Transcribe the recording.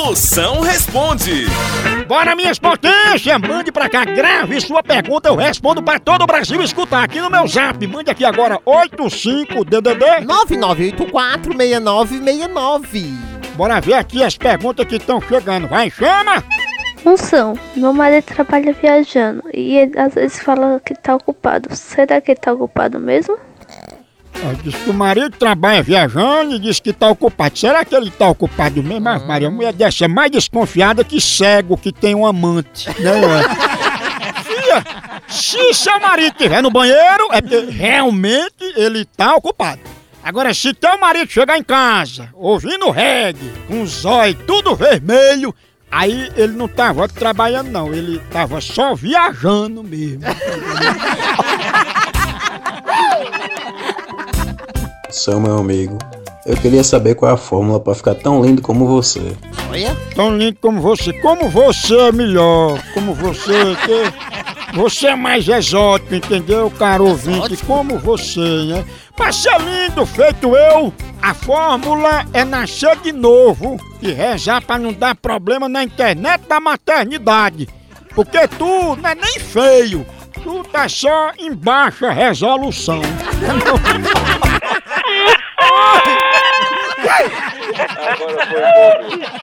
Moção responde. Bora, minhas potências! Mande pra cá, grave sua pergunta, eu respondo pra todo o Brasil escutar aqui no meu zap. Mande aqui agora, 85-DDD 99846969. Bora ver aqui as perguntas que estão chegando. Vai, chama! Moção, meu marido trabalha viajando e ele às vezes fala que tá ocupado. Será que ele tá ocupado mesmo? Diz que o marido trabalha viajando e diz que tá ocupado. Será que ele tá ocupado mesmo? Mas Maria, a mulher dessa é mais desconfiada que cego que tem um amante, né? Filha, se seu marido estiver no banheiro, é porque realmente ele tá ocupado. Agora, se teu marido chegar em casa, ouvindo reggae, com os olhos tudo vermelho, aí ele não tava trabalhando não, ele tava só viajando mesmo. Seu meu amigo, eu queria saber qual é a fórmula pra ficar tão lindo como você. Olha. Tão lindo como você é melhor, como você, que você é mais exótico, entendeu, caro ouvinte, como você, né? Pra ser lindo feito eu, a fórmula é nascer de novo e rezar pra não dar problema na internet da maternidade, porque tu não é nem feio, tu tá só em baixa resolução. Agora foi bom.